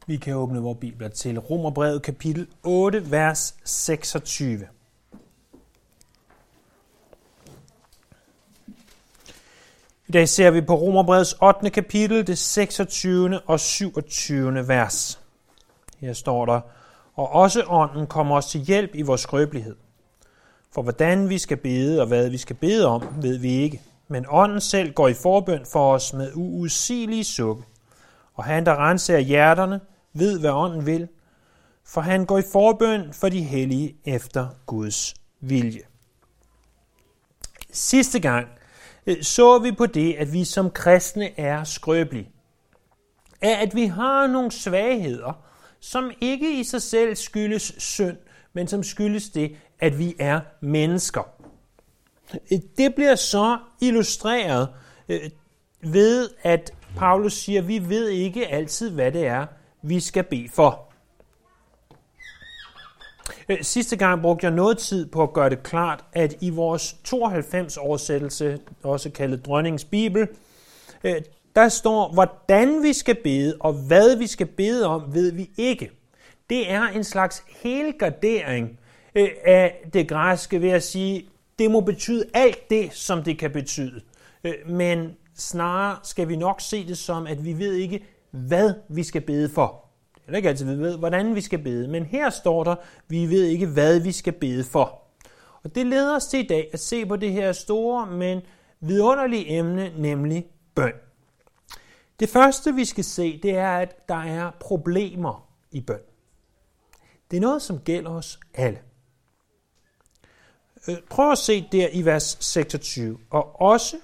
Vi kan åbne vores bibler til Romerbrevet kapitel 8, vers 26. I dag ser vi på Romerbrevets 8. kapitel, det 26. og 27. vers. Her står der, og også ånden kommer os til hjælp i vores skrøbelighed. For hvordan vi skal bede og hvad vi skal bede om, ved vi ikke. Men ånden selv går i forbøn for os med uudsigelige sukke. Og han, der renser hjerterne, ved, hvad ånden vil, for han går i forbøn for de hellige efter Guds vilje. Sidste gang så vi på det, at vi som kristne er skrøbelige. At vi har nogle svagheder, som ikke i sig selv skyldes synd, men som skyldes det, at vi er mennesker. Det bliver så illustreret ved, at Paulus siger, at vi ved ikke altid, hvad det er, vi skal bede for. Sidste gang brugte jeg noget tid på at gøre det klart, at i vores 92-oversættelse, også kaldet Dronningens Bibel, der står, hvordan vi skal bede og hvad vi skal bede om, ved vi ikke. Det er en slags helgardering af det græske ved at sige, det må betyde alt det, som det kan betyde. Men snarere skal vi nok se det som, at vi ved ikke, hvad vi skal bede for. Det er ikke altid, vi ved, hvordan vi skal bede, men her står der, vi ved ikke, hvad vi skal bede for. Og det leder os til i dag at se på det her store, men vidunderlige emne, nemlig bøn. Det første, vi skal se, det er, at der er problemer i bøn. Det er noget, som gælder os alle. Prøv at se der i vers 26. Og også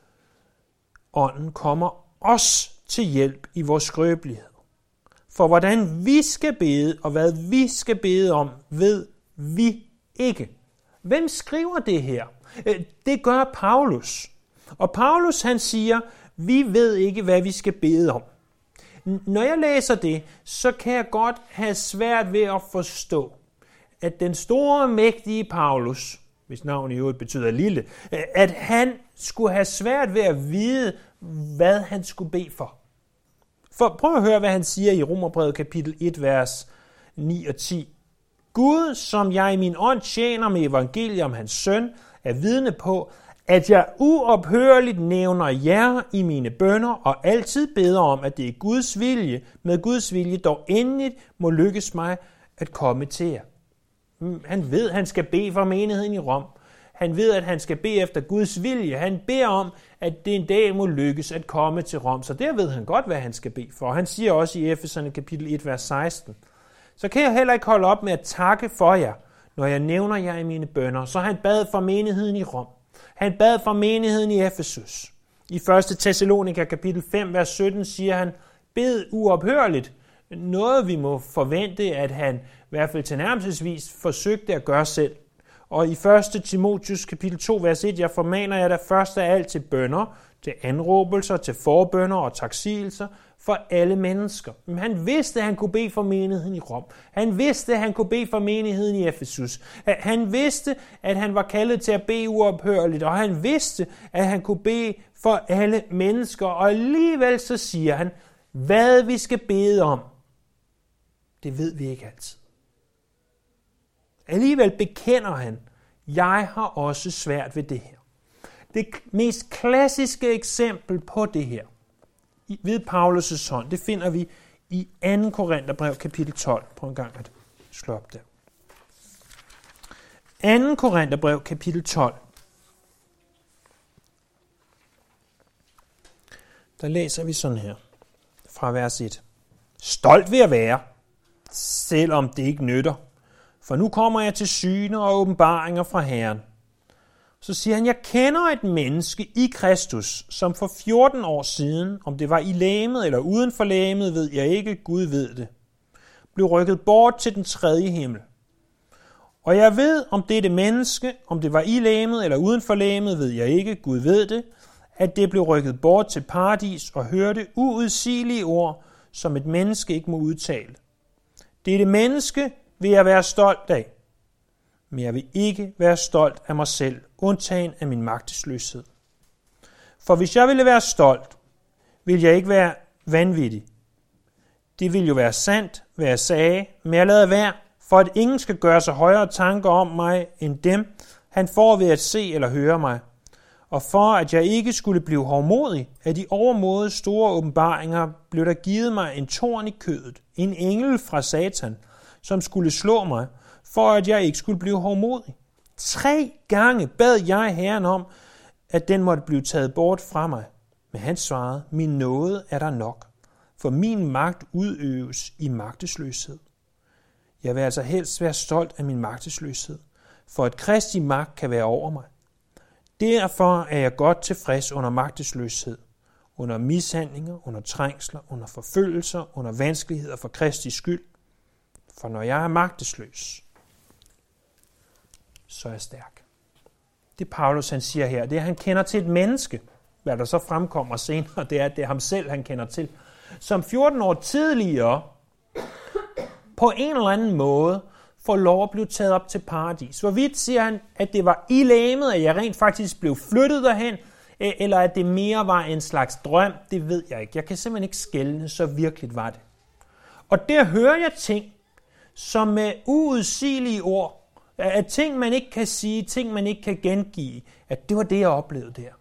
ånden kommer os til hjælp i vores skrøbelighed. For hvordan vi skal bede, og hvad vi skal bede om, ved vi ikke. Hvem skriver det her? Det gør Paulus. Og Paulus han siger, vi ved ikke, hvad vi skal bede om. Når jeg læser det, så kan jeg godt have svært ved at forstå, at den store, mægtige Paulus, hvis navn i øvrigt betyder lille, at han skulle have svært ved at vide, hvad han skulle bede for. For prøv at høre, hvad han siger i Romerbrevet kapitel 1, vers 9 og 10. Gud, som jeg i min ånd tjener med evangeliet om hans søn, er vidne på, at jeg uophørligt nævner jer i mine bønner og altid beder om, at det er Guds vilje, med Guds vilje dog endeligt må lykkes mig at komme til jer. Han ved, at han skal bede for menigheden i Rom. Han ved, at han skal bede efter Guds vilje. Han beder om, at det en dag må lykkes at komme til Rom. Så der ved han godt, hvad han skal bede for. Han siger også i Efeserne kapitel 1, vers 16. Så kan jeg heller ikke holde op med at takke for jer, når jeg nævner jer i mine bønner. Så han bad for menigheden i Rom. Han bad for menigheden i Efesus. I 1. Thessalonika kapitel 5, vers 17 siger han, bed uophørligt. Noget vi må forvente, at han i hvert fald tilnærmelsesvis forsøgte at gøre selv. Og i 1. Timotheus kapitel 2, vers 1, jeg formaner jer da først af alt til bønner, til anråbelser, til forbønner og taksigelser for alle mennesker. Men han vidste, at han kunne bede for menigheden i Rom. Han vidste, at han kunne bede for menigheden i Efesus. Han vidste, at han var kaldet til at bede uophørligt, og han vidste, at han kunne bede for alle mennesker. Og alligevel så siger han, hvad vi skal bede om, det ved vi ikke altid. Alligevel bekender han, jeg har også svært ved det her. Det mest klassiske eksempel på det her, ved Paulus' hånd, det finder vi i 2. Korintherbrev kapitel 12. Prøv en gang at slå op der. 2. Korintherbrev kapitel 12. Der læser vi sådan her, fra vers 1. Stolt vil jeg være, selvom det ikke nytter. For nu kommer jeg til syne og åbenbaringer fra Herren. Så siger han, jeg kender et menneske i Kristus, som for 14 år siden, om det var i legemet eller uden for legemet, ved jeg ikke, Gud ved det, blev rykket bort til den 3. himmel. Og jeg ved, om dette menneske, om det var i legemet eller uden for legemet, ved jeg ikke, Gud ved det, at det blev rykket bort til paradis og hørte uudsigelige ord, som et menneske ikke må udtale. Dette menneske vil jeg være stolt af, men jeg vil ikke være stolt af mig selv, undtagen af min magtesløshed. For hvis jeg ville være stolt, ville jeg ikke være vanvittig. Det ville jo være sandt, hvad jeg sagde, men jeg lader være, for at ingen skal gøre sig højere tanker om mig end dem, han får ved at se eller høre mig. Og for at jeg ikke skulle blive hovmodig af de overmåde store åbenbaringer, blev der givet mig en torn i kødet, en engel fra Satan, som skulle slå mig, for at jeg ikke skulle blive hovmodig. 3 gange bad jeg Herren om, at den måtte blive taget bort fra mig. Men han svarede, min nåde er der nok, for min magt udøves i magtesløshed. Jeg vil altså helst være stolt af min magtesløshed, for at Kristi magt kan være over mig. Derfor er jeg godt tilfreds under magtesløshed, under mishandlinger, under trængsler, under forfølgelser, under vanskeligheder for Kristi skyld. For når jeg er magtesløs, så er jeg stærk. Det Paulus han siger her, det er, at han kender til et menneske. Hvad der så fremkommer senere, det er, at det er ham selv, han kender til. Som 14 år tidligere, på en eller anden måde, får lov at blive taget op til paradis. Hvorvidt siger han, at det var i legemet, at jeg rent faktisk blev flyttet derhen, eller at det mere var en slags drøm, det ved jeg ikke. Jeg kan simpelthen ikke skelne, så virkeligt var det. Og der hører jeg ting, som med uudsigelige ord, at ting man ikke kan sige, ting man ikke kan gengive, at det var det, jeg oplevede der.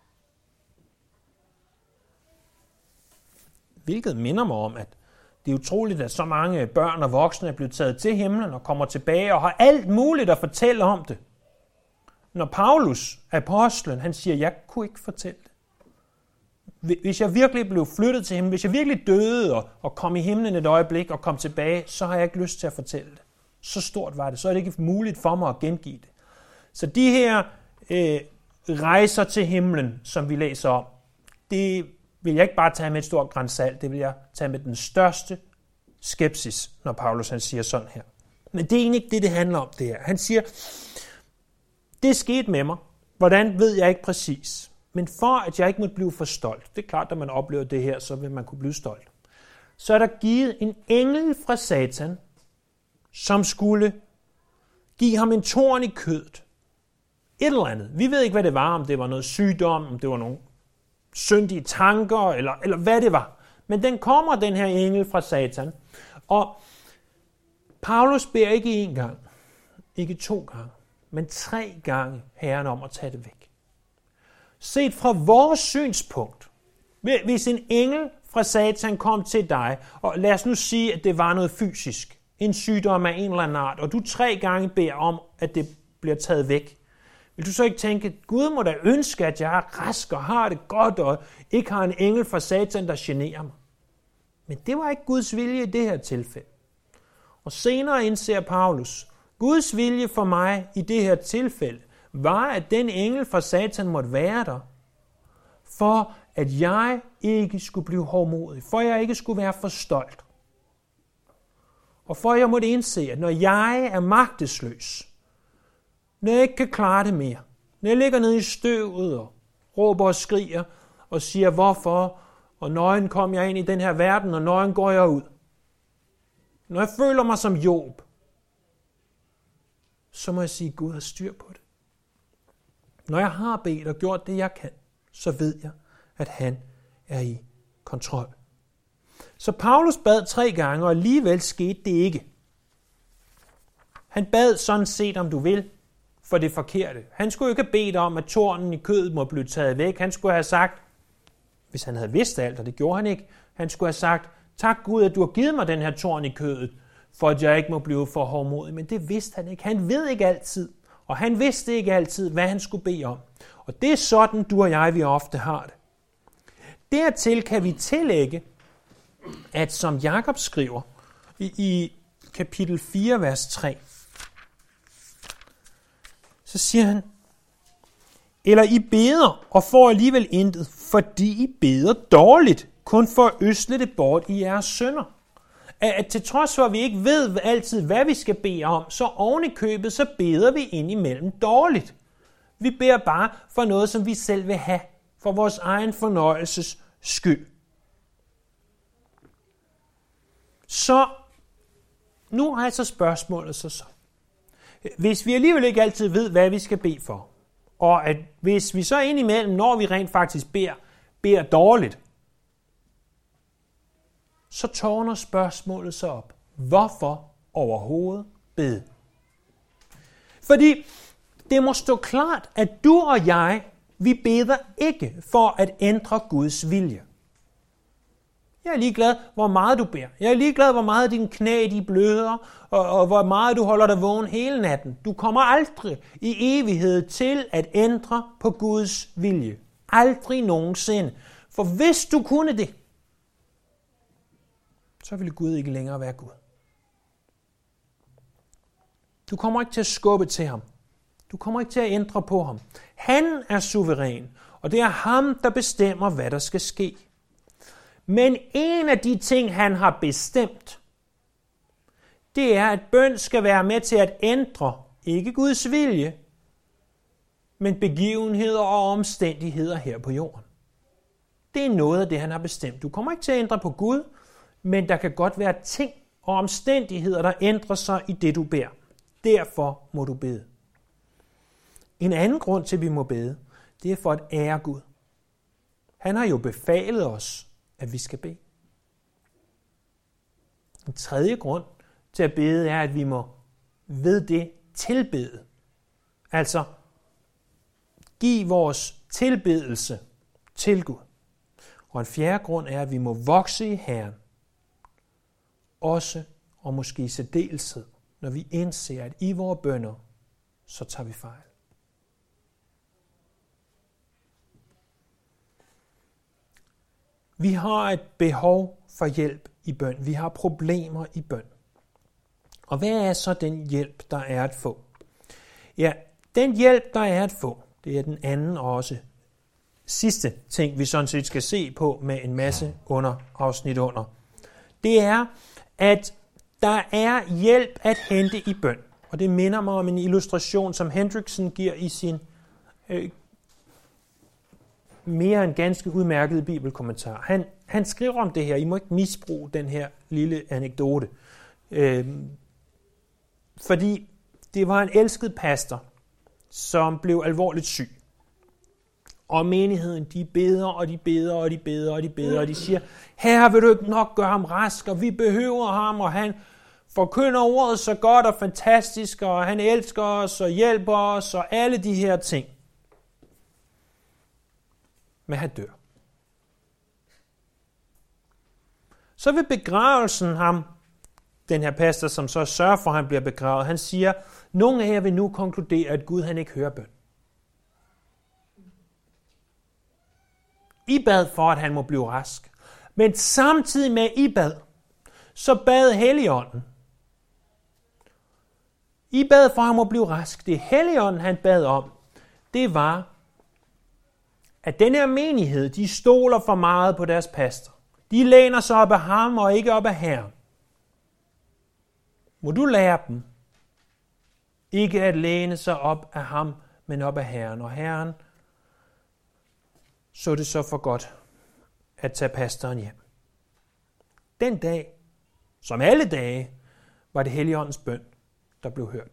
Hvilket minder mig om, at det er utroligt, at så mange børn og voksne er blevet taget til himlen og kommer tilbage og har alt muligt at fortælle om det. Når Paulus, apostlen, han siger, jeg kunne ikke fortælle det. Hvis jeg virkelig blev flyttet til himlen, hvis jeg virkelig døde og kom i himlen et øjeblik og kom tilbage, så har jeg ikke lyst til at fortælle det. Så stort var det, så er det ikke muligt for mig at gengive det. Så de her rejser til himlen, som vi læser om, det vil jeg ikke bare tage med et stort gran salt, det vil jeg tage med den største skepsis, når Paulus han siger sådan her. Men det er egentlig ikke det handler om det her. Han siger, det skete med mig. Hvordan ved jeg ikke præcis. Men for at jeg ikke måtte blive for stolt, det er klart, at man oplever det her, så vil man kunne blive stolt. Så er der givet en engel fra Satan, som skulle give ham en torn i kødet. Et eller andet. Vi ved ikke, hvad det var, om det var noget sygdom, om det var nogle syndige tanker, eller hvad det var. Men den kommer, den her engel fra Satan. Og Paulus beder ikke 1 gang, ikke 2 gange, men 3 gange Herren om at tage det væk. Set fra vores synspunkt, hvis en engel fra Satan kom til dig, og lad os nu sige, at det var noget fysisk, en sygdom af en eller anden art, og du 3 gange beder om, at det bliver taget væk, vil du så ikke tænke, Gud må da ønske, at jeg er rask og har det godt, og ikke har en engel fra Satan, der generer mig. Men det var ikke Guds vilje i det her tilfælde. Og senere indser Paulus, Guds vilje for mig i det her tilfælde, var, at den engel fra Satan måtte være der, for at jeg ikke skulle blive hovmodig, for jeg ikke skulle være for stolt. Og for jeg måtte indse, at når jeg er magtesløs, når jeg ikke kan klare det mere, når jeg ligger nede i støvet og råber og skriger og siger, hvorfor, og nøgen kom jeg ind i den her verden, og nøgen går jeg ud. Når jeg føler mig som Job, så må jeg sige, at Gud har styr på det. Når jeg har bedt og gjort det, jeg kan, så ved jeg, at han er i kontrol. Så Paulus bad 3 gange, og alligevel skete det ikke. Han bad sådan set, om du vil, for det forkerte. Han skulle ikke have bedt om, at tornen i kødet må blive taget væk. Han skulle have sagt, hvis han havde vidst alt, og det gjorde han ikke, han skulle have sagt, tak Gud, at du har givet mig den her torn i kødet, for at jeg ikke må blive for hovmodig. Men det vidste han ikke. Han ved ikke altid, og han vidste ikke altid, hvad han skulle bede om. Og det er sådan, du og jeg, vi ofte har det. Dertil kan vi tillægge, at som Jakob skriver i kapitel 4, vers 3, så siger han, eller I beder og får alligevel intet, fordi I beder dårligt, kun for at øsle det bort i jeres synder. At til trods for, at vi ikke ved altid, hvad vi skal bede om, så oven i købet, så beder vi indimellem dårligt. Vi beder bare for noget, som vi selv vil have, for vores egen fornøjelses skyld. Så nu har jeg så spørgsmålet så. Hvis vi alligevel ikke altid ved, hvad vi skal bede for, og at hvis vi så indimellem, når vi rent faktisk beder dårligt, så tårner spørgsmålet sig op. Hvorfor overhovedet bede? Fordi det må stå klart, at du og jeg, vi beder ikke for at ændre Guds vilje. Jeg er ligeglad, hvor meget du beder. Jeg er ligeglad, hvor meget dine knæ de bløder, og hvor meget du holder dig vågen hele natten. Du kommer aldrig i evighed til at ændre på Guds vilje. Aldrig nogensinde. For hvis du kunne det, så ville Gud ikke længere være Gud. Du kommer ikke til at skubbe til ham. Du kommer ikke til at ændre på ham. Han er suveræn, og det er ham, der bestemmer, hvad der skal ske. Men en af de ting, han har bestemt, det er, at bøn skal være med til at ændre, ikke Guds vilje, men begivenheder og omstændigheder her på jorden. Det er noget af det, han har bestemt. Du kommer ikke til at ændre på Gud, men der kan godt være ting og omstændigheder, der ændrer sig i det, du beder. Derfor må du bede. En anden grund til, at vi må bede, det er for at ære Gud. Han har jo befalet os, at vi skal bede. En tredje grund til at bede er, at vi må ved det tilbede. Altså give vores tilbedelse til Gud. Og en fjerde grund er, at vi må vokse i Herren. Også og måske i særdeleshed, når vi indser, at i vores bønner, så tager vi fejl. Vi har et behov for hjælp i bøn. Vi har problemer i bøn. Og hvad er så den hjælp, der er at få? Ja, den hjælp, der er at få, det er den anden og også sidste ting, vi sådan set skal se på med en masse afsnit under. Det er, at der er hjælp at hente i bøn. Og det minder mig om en illustration, som Hendriksen giver i sin mere end ganske udmærkede bibelkommentar. Han skriver om det her. I må ikke misbruge den her lille anekdote. Fordi det var en elsket pastor, som blev alvorligt syg. Og menigheden, de beder, og de beder, og de beder, og de beder, og de siger, Herre, vil du ikke nok gøre ham rask, og vi behøver ham, og han forkynder ordet så godt og fantastisk, og han elsker os, og hjælper os, og alle de her ting. Men han dør. Så ved begravelsen ham, den her pastor, som så sørger for, at han bliver begravet, han siger, nogle af jer vil nu konkludere, at Gud han ikke hører bøn. I bad for, at han må blive rask. Men samtidig med I bad, så bad Helligånden. I bad for, at han må blive rask. Det Helligånden, han bad om, det var, at den her menighed, de stoler for meget på deres pastor. De læner sig op af ham og ikke op af Herren. Må du lære dem ikke at læne sig op af ham, men op af Herren. Og Herren så det så for godt at tage pastoren hjem. Den dag, som alle dage, var det Helligåndens bøn, der blev hørt.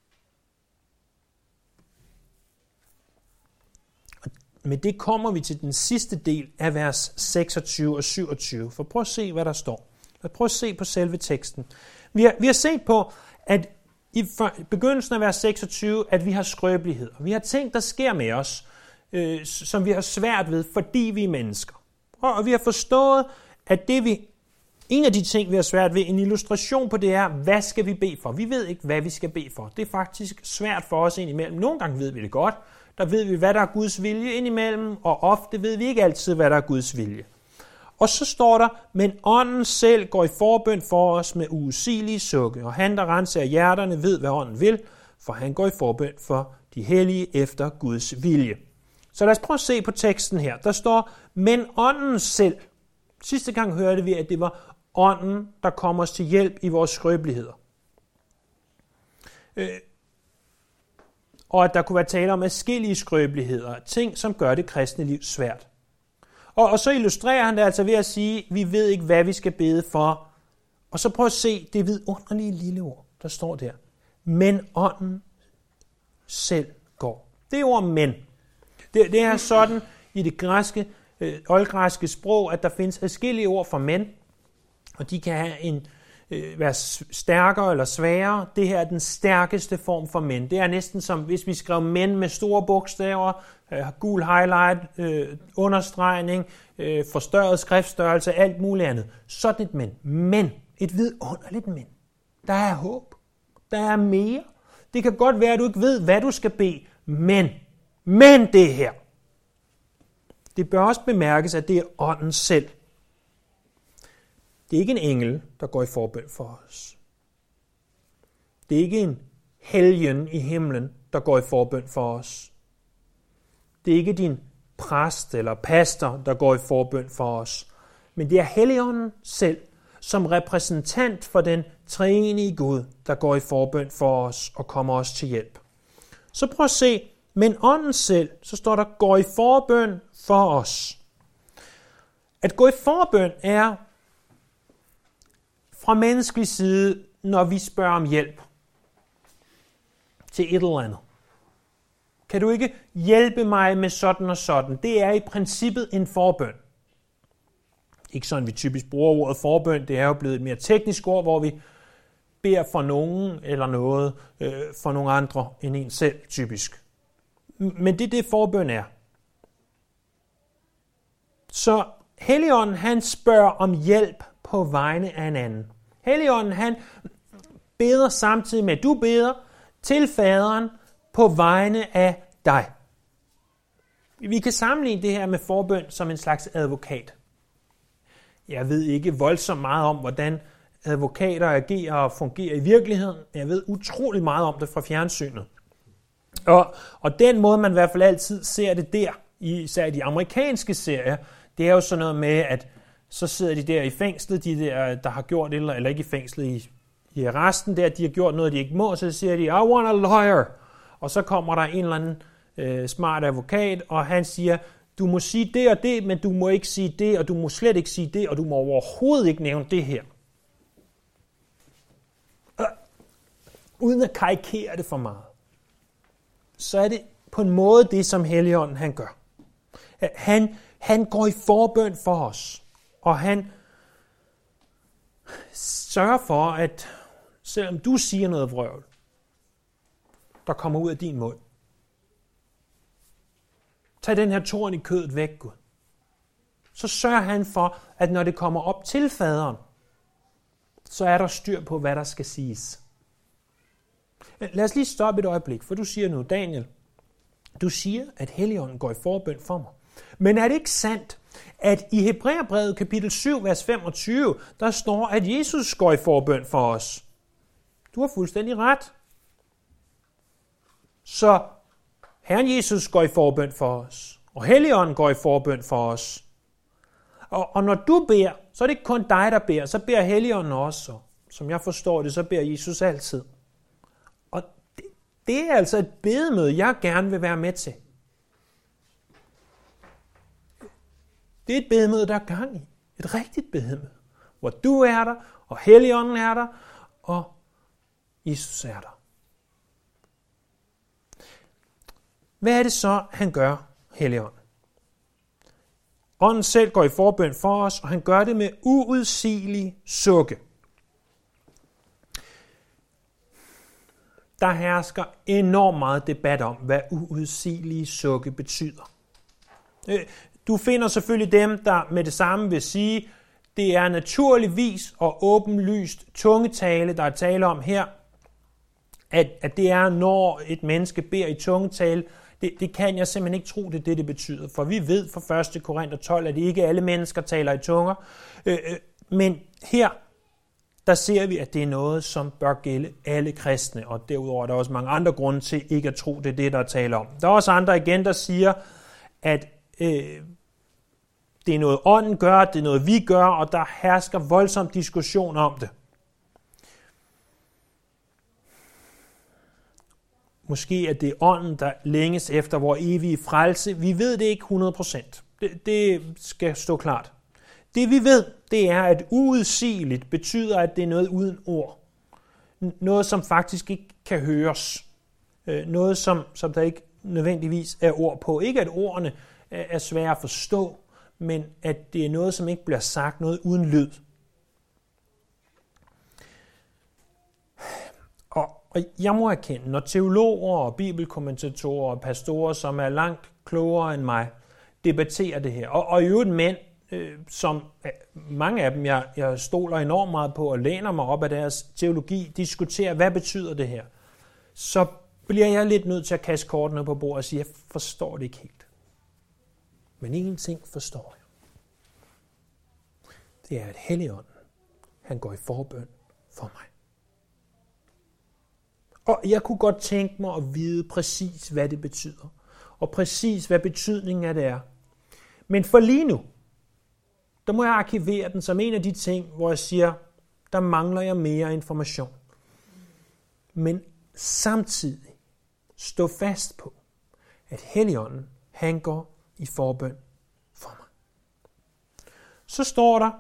Med det kommer vi til den sidste del af vers 26 og 27. For prøv at se, hvad der står. Prøv at se på selve teksten. Vi har set på, at i begyndelsen af vers 26, at vi har skrøbeligheder. Vi har ting, der sker med os, som vi har svært ved, fordi vi er mennesker. Og vi har forstået, at en af de ting, vi har svært ved, en illustration på det er, hvad skal vi bede for? Vi ved ikke, hvad vi skal bede for. Det er faktisk svært for os indimellem. Nogle gange ved vi det godt. Der ved vi, hvad der er Guds vilje indimellem, og ofte ved vi ikke altid, hvad der er Guds vilje. Og så står der, men ånden selv går i forbøn for os med uudsigelige sukke, og han, der renser hjerterne, ved, hvad ånden vil, for han går i forbøn for de hellige efter Guds vilje. Så lad os prøve at se på teksten her. Der står, men ånden selv. Sidste gang hørte vi, at det var ånden, der kom os til hjælp i vores skrøbeligheder. Og at der kunne være tale om adskillige skrøbeligheder, ting, som gør det kristne liv svært. Og så illustrerer han det altså ved at sige, vi ved ikke, hvad vi skal bede for. Og så prøv at se det vidunderlige lille ord, der står der. Men ånden selv går. Det er ord men. Det er sådan i det græske, oldgræske sprog, at der findes adskillige ord for men. Og de kan have være stærkere eller sværere. Det her er den stærkeste form for mænd. Det er næsten som, hvis vi skrev mænd med store bogstaver, gul highlight, understregning, forstørret skriftstørrelse, alt muligt andet. Sådan et mænd. Men et vidunderligt mænd. Der er håb. Der er mere. Det kan godt være, at du ikke ved, hvad du skal bede, men det her. Det bør også bemærkes, at det er ånden selv. Det er ikke en engel, der går i forbøn for os. Det er ikke en helgen i himlen, der går i forbøn for os. Det er ikke din præst eller pastor, der går i forbøn for os. Men det er Helligånden selv, som repræsentant for den treenige Gud, der går i forbøn for os og kommer os til hjælp. Så prøv at se, men ånden selv, så står der, går i forbøn for os. At gå i forbøn er fra menneskelig side, når vi spørger om hjælp til et eller andet. Kan du ikke hjælpe mig med sådan og sådan? Det er i princippet en forbøn. Ikke sådan, vi typisk bruger ordet forbøn. Det er jo blevet et mere teknisk ord, hvor vi beder for nogen eller noget for nogle andre end en selv, typisk. Men det er det, forbøn er. Så Helligånden, han spørger om hjælp på vegne af en anden. Helligånden, han beder samtidig med, at du beder til faderen på vegne af dig. Vi kan sammenligne det her med forbøn som en slags advokat. Jeg ved ikke voldsomt meget om, hvordan advokater agerer og fungerer i virkeligheden. Jeg ved utrolig meget om det fra fjernsynet. Og den måde, man i hvert fald altid ser det der, især i de amerikanske serier, det er jo sådan noget med, at så sidder de der i fængslet, de der har gjort eller ikke i fængslet, i arresten der, de har gjort noget, de ikke må, så siger de, I want a lawyer. Og så kommer der en eller anden smart advokat, og han siger, du må sige det og det, men du må ikke sige det, og du må slet ikke sige det, og du må overhovedet ikke nævne det her. Uden at karikere det for meget, så er det på en måde det, som Helligånden han gør. Han går i forbøn for os, og han sørger for, at selvom du siger noget vrøvl, der kommer ud af din mund, tag den her torn i kødet væk, Gud. Så sørger han for, at når det kommer op til faderen, så er der styr på, hvad der skal siges. Lad os lige stoppe et øjeblik, for du siger nu, Daniel, du siger, at Helligånden går i forbøn for mig. Men er det ikke sandt, at i Hebræerbrevet kapitel 7, vers 25, der står, at Jesus går i forbøn for os? Du har fuldstændig ret. Så Herren Jesus går i forbøn for os, og Helligånden går i forbøn for os. Og når du beder, så er det ikke kun dig, der beder, så beder Helligånden også. Som jeg forstår det, så beder Jesus altid. Og det er altså et bedemøde, jeg gerne vil være med til. Det er et bedemøde, der er gang i. Et rigtigt bedemøde. Hvor du er der, og Helligånden er der, og Jesus er der. Hvad er det så, han gør, Helligånden? Ånden selv går i forbøn for os, og han gør det med uudsigelig sukke. Der hersker enormt meget debat om, hvad uudsigelige sukke betyder. Du finder selvfølgelig dem, der med det samme vil sige, det er naturligvis og åbenlyst tungetale, der er tale om her. At det er, når et menneske beder i tungetale, det kan jeg simpelthen ikke tro, det er det betyder. For vi ved fra 1. Korinther 12, at ikke alle mennesker taler i tunger. Men her, der ser vi, at det er noget, som bør gælde alle kristne. Og derudover er der også mange andre grunde til ikke at tro, det er det, der er tale om. Der er også andre igen, der siger, at det er noget ånden gør, det er noget vi gør, og der hersker voldsom diskussion om det. Måske er det ånden, der længes efter vor evige frelse. Vi ved det ikke 100%. Det skal stå klart. Det vi ved, det er, at uudsigeligt betyder, at det er noget uden ord. Noget, som faktisk ikke kan høres. Noget, som der ikke nødvendigvis er ord på. Ikke at ordene er svære at forstå, men at det er noget, som ikke bliver sagt, noget uden lyd. Og jeg må erkende, når teologer og bibelkommentatorer og pastorer, som er langt klogere end mig, debatterer det her, og i øvrigt mænd, som mange af dem, jeg stoler enormt meget på og læner mig op af deres teologi, diskuterer, hvad betyder det her, så bliver jeg lidt nødt til at kaste kortene på bordet og sige, jeg forstår det ikke helt. Men en ting forstår jeg. Det er, at Helligånden, han går i forbøn for mig. Og jeg kunne godt tænke mig at vide præcis, hvad det betyder. Og præcis, hvad betydningen af det er. Men for lige nu, der må jeg arkivere den som en af de ting, hvor jeg siger, der mangler jeg mere information. Men samtidig stå fast på, at Helligånden, han går i forbøn for mig. Så står der,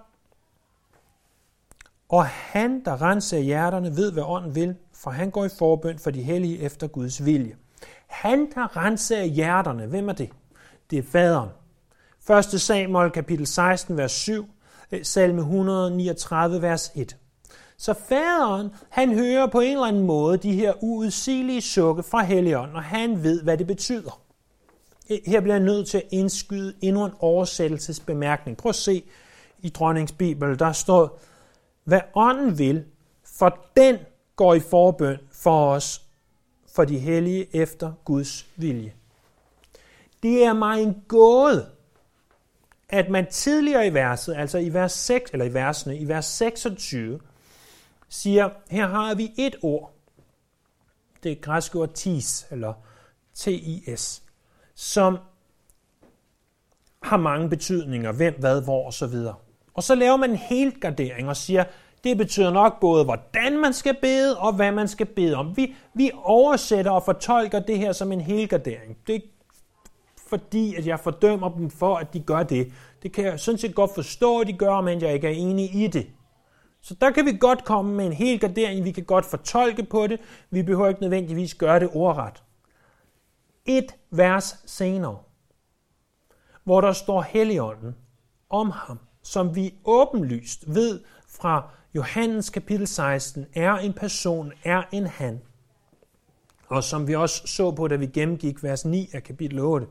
og han, der renser hjerterne, ved, hvad ånden vil, for han går i forbøn for de hellige efter Guds vilje. Han, der renser hjerterne, hvem er det? Det er faderen. 1. Samuel kapitel 16, vers 7, salme 139, vers 1. Så faderen, han hører på en eller anden måde de her uudsigelige sukke fra Helligånden, og han ved, hvad det betyder. Her bliver jeg nødt til at indskyde endnu en oversættelsesbemærkning. Prøv at se i Dronnings Bibel, der står, hvad ånden vil, for den går i forbøn for os, for de hellige efter Guds vilje. Det er mig en gåde, at man tidligere i verset, altså i vers 6, eller i versene, i vers 26, siger, her har vi et ord, det græske ord tis, eller T-I-S, som har mange betydninger, hvem, hvad, hvor osv. Og så laver man en helgardering og siger, det betyder nok både, hvordan man skal bede, og hvad man skal bede om. Vi oversætter og fortolker det her som en helgardering. Det er fordi, at jeg fordømmer dem for, at de gør det. Det kan jeg sådan set godt forstå, at de gør, men jeg ikke er enig i det. Så der kan vi godt komme med en helgardering, vi kan godt fortolke på det, vi behøver ikke nødvendigvis gøre det ordret. Et vers senere, hvor der står Helligånden om ham, som vi åbenlyst ved fra Johannes kapitel 16, er en person, er en han. Og som vi også så på, da vi gennemgik vers 9 af kapitel 8.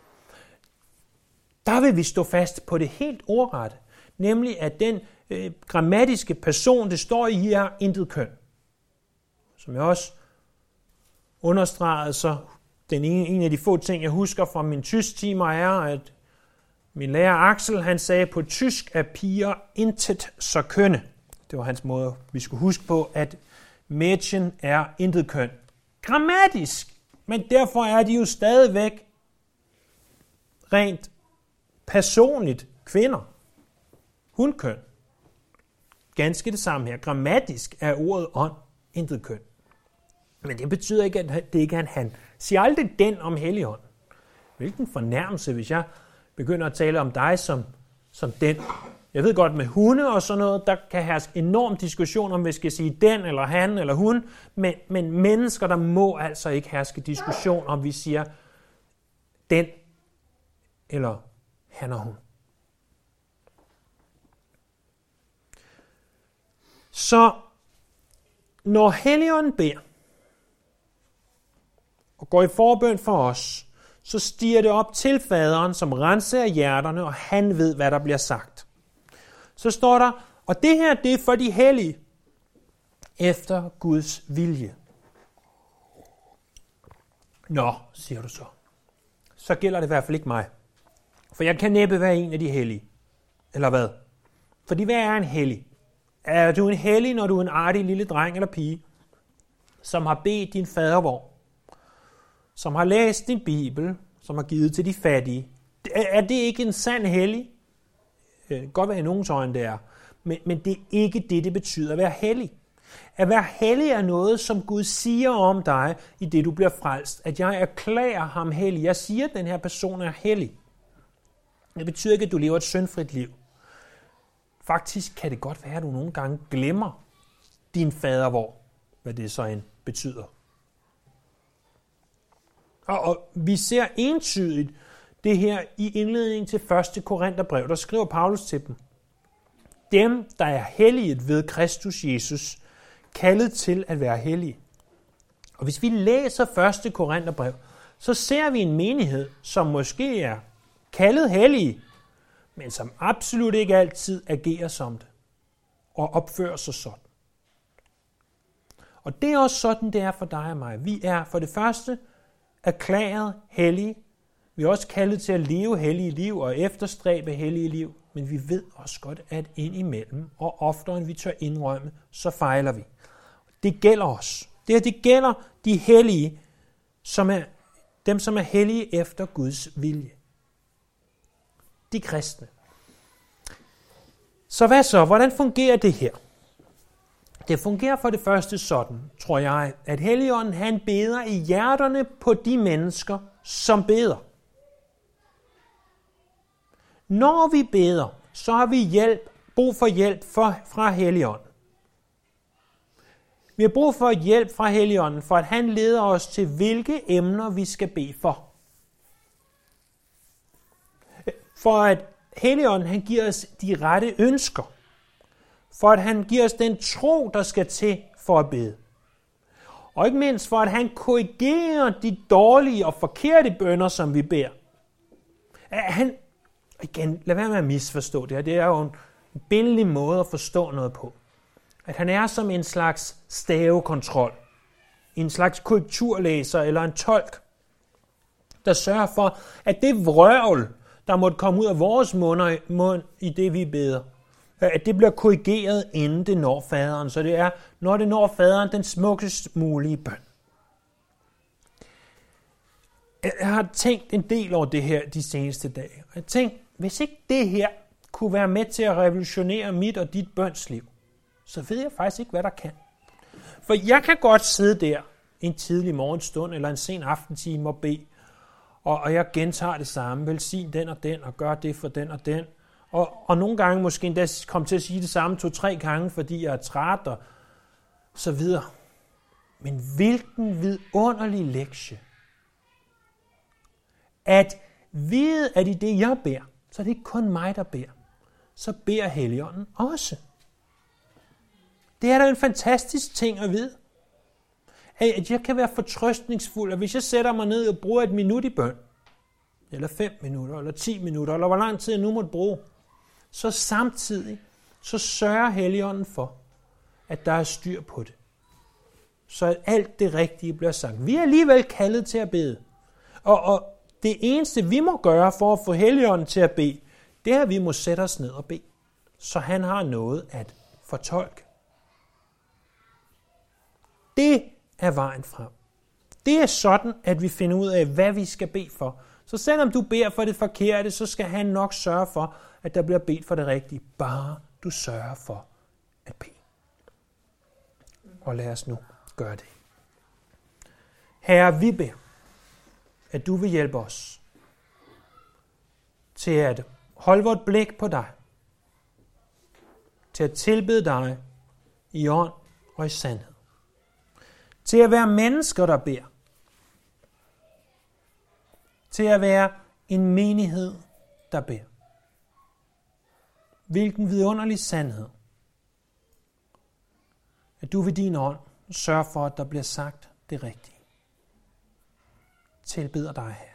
Der vil vi stå fast på det helt ordrette, nemlig at den grammatiske person, det står i her, intet køn. Som jeg også understregede, så en af de få ting, jeg husker fra min tysktimer, er, at min lærer Axel, han sagde på tysk, at piger intet så kønne. Det var hans måde, vi skulle huske på, at Mädchen er intet køn. Grammatisk, men derfor er de jo stadigvæk rent personligt kvinder. Hunkøn. Ganske det samme her. Grammatisk er ordet ånd intet køn. Men det betyder ikke, at det ikke er en han. Sig aldrig den om Helligånden. Hvilken fornærmelse, hvis jeg begynder at tale om dig som den. Jeg ved godt, med hunde og sådan noget, der kan herske enorm diskussion om, vi skal sige den, eller han, eller hun. Men mennesker, der må altså ikke herske diskussion om, vi siger den, eller han og hun. Så når Helligånden beder og går i forbøn for os, så stiger det op til faderen, som renser hjerterne, og han ved, hvad der bliver sagt. Så står der, og det her, det er for de hellige, efter Guds vilje. Nå, siger du så. Så gælder det i hvert fald ikke mig. For jeg kan næppe være en af de hellige. Eller hvad? Fordi hvad er en hellig? Er du en hellig, når du er en artig lille dreng eller pige, som har bedt din fadervor, som har læst din bibel, som har givet til de fattige? Er det ikke en sand hellig? Det kan godt være i nogens øjne, det er. Men det er ikke det betyder at være hellig. At være hellig er noget, som Gud siger om dig, i det du bliver frelst. At jeg erklærer ham hellig. Jeg siger, at den her person er hellig. Det betyder ikke, at du lever et syndfrit liv. Faktisk kan det godt være, at du nogle gange glemmer din fadervor, hvad det så end betyder. Og vi ser entydigt det her i indledningen til 1. Korintherbrev, der skriver Paulus til dem. Dem, der er helliget ved Kristus Jesus, kaldet til at være hellige. Og hvis vi læser 1. Korintherbrev, så ser vi en menighed, som måske er kaldet hellige, men som absolut ikke altid agerer som det og opfører sig sådan. Og det er også sådan, det er for dig og mig. Vi er for det første erklæret hellige. Vi er også kaldet til at leve hellige liv og efterstræbe hellige liv. Men vi ved også godt, at indimellem, og oftere end vi tør indrømme, så fejler vi. Det gælder os. Det gælder de hellige, som er dem, som er hellige efter Guds vilje. De kristne. Så hvad så? Hvordan fungerer det her? Det fungerer for det første sådan, tror jeg, at Helligånden han beder i hjerterne på de mennesker, som beder. Når vi beder, så har vi brug for hjælp fra Helligånden. Vi har brug for hjælp fra Helligånden, for at han leder os til, hvilke emner vi skal bede for. For at Helligånden han giver os de rette ønsker. For at han giver os den tro, der skal til for at bede. Og ikke mindst for at han korrigerer de dårlige og forkerte bønner, som vi beder. Igen, lad være med at misforstå det her. Det er jo en billig måde at forstå noget på. At han er som en slags stavekontrol. En slags korrekturlæser eller en tolk, der sørger for, at det vrøvl, der måtte komme ud af vores mund i det, vi beder, at det bliver korrigeret, inden det når faderen. Så det er, når det når faderen, den smukkest mulige bøn. Jeg har tænkt en del over det her de seneste dage. Jeg har tænkt, hvis ikke det her kunne være med til at revolutionere mit og dit bønsliv, så ved jeg faktisk ikke, hvad der kan. For jeg kan godt sidde der en tidlig morgenstund eller en sen aftentime og bede, og jeg gentager det samme, velsign den og den, og gør det for den og den. Og nogle gange måske endda komme til at sige det samme 2-3 gange, fordi jeg er træt og så videre. Men hvilken vidunderlig lektie. At vide, at i det jeg beder, så er det ikke kun mig, der beder. Så beder Helligånden også. Det er da en fantastisk ting at vide. At jeg kan være fortrøstningsfuld, og hvis jeg sætter mig ned og bruger 1 minut i bøn, eller 5 minutter, eller 10 minutter, eller hvor lang tid jeg nu måtte bruge, så samtidig, så sørger Helligånden for, at der er styr på det. Så alt det rigtige bliver sagt. Vi er alligevel kaldet til at bede. Og det eneste, vi må gøre for at få Helligånden til at bede, det er, at vi må sætte os ned og bede. Så han har noget at fortolke. Det er vejen frem. Det er sådan, at vi finder ud af, hvad vi skal bede for. Så selvom du beder for det forkerte, så skal han nok sørge for, at der bliver bedt for det rigtige. Bare du sørger for at bede. Og lad os nu gøre det. Herre, vi beder, at du vil hjælpe os til at holde vort blik på dig. Til at tilbede dig i ånd og i sandhed. Til at være mennesker, der beder. Til at være en menighed, der beder. Hvilken vidunderlig sandhed. At du ved din ånd sørger for, at der bliver sagt det rigtige. Tilbeder dig, Herre.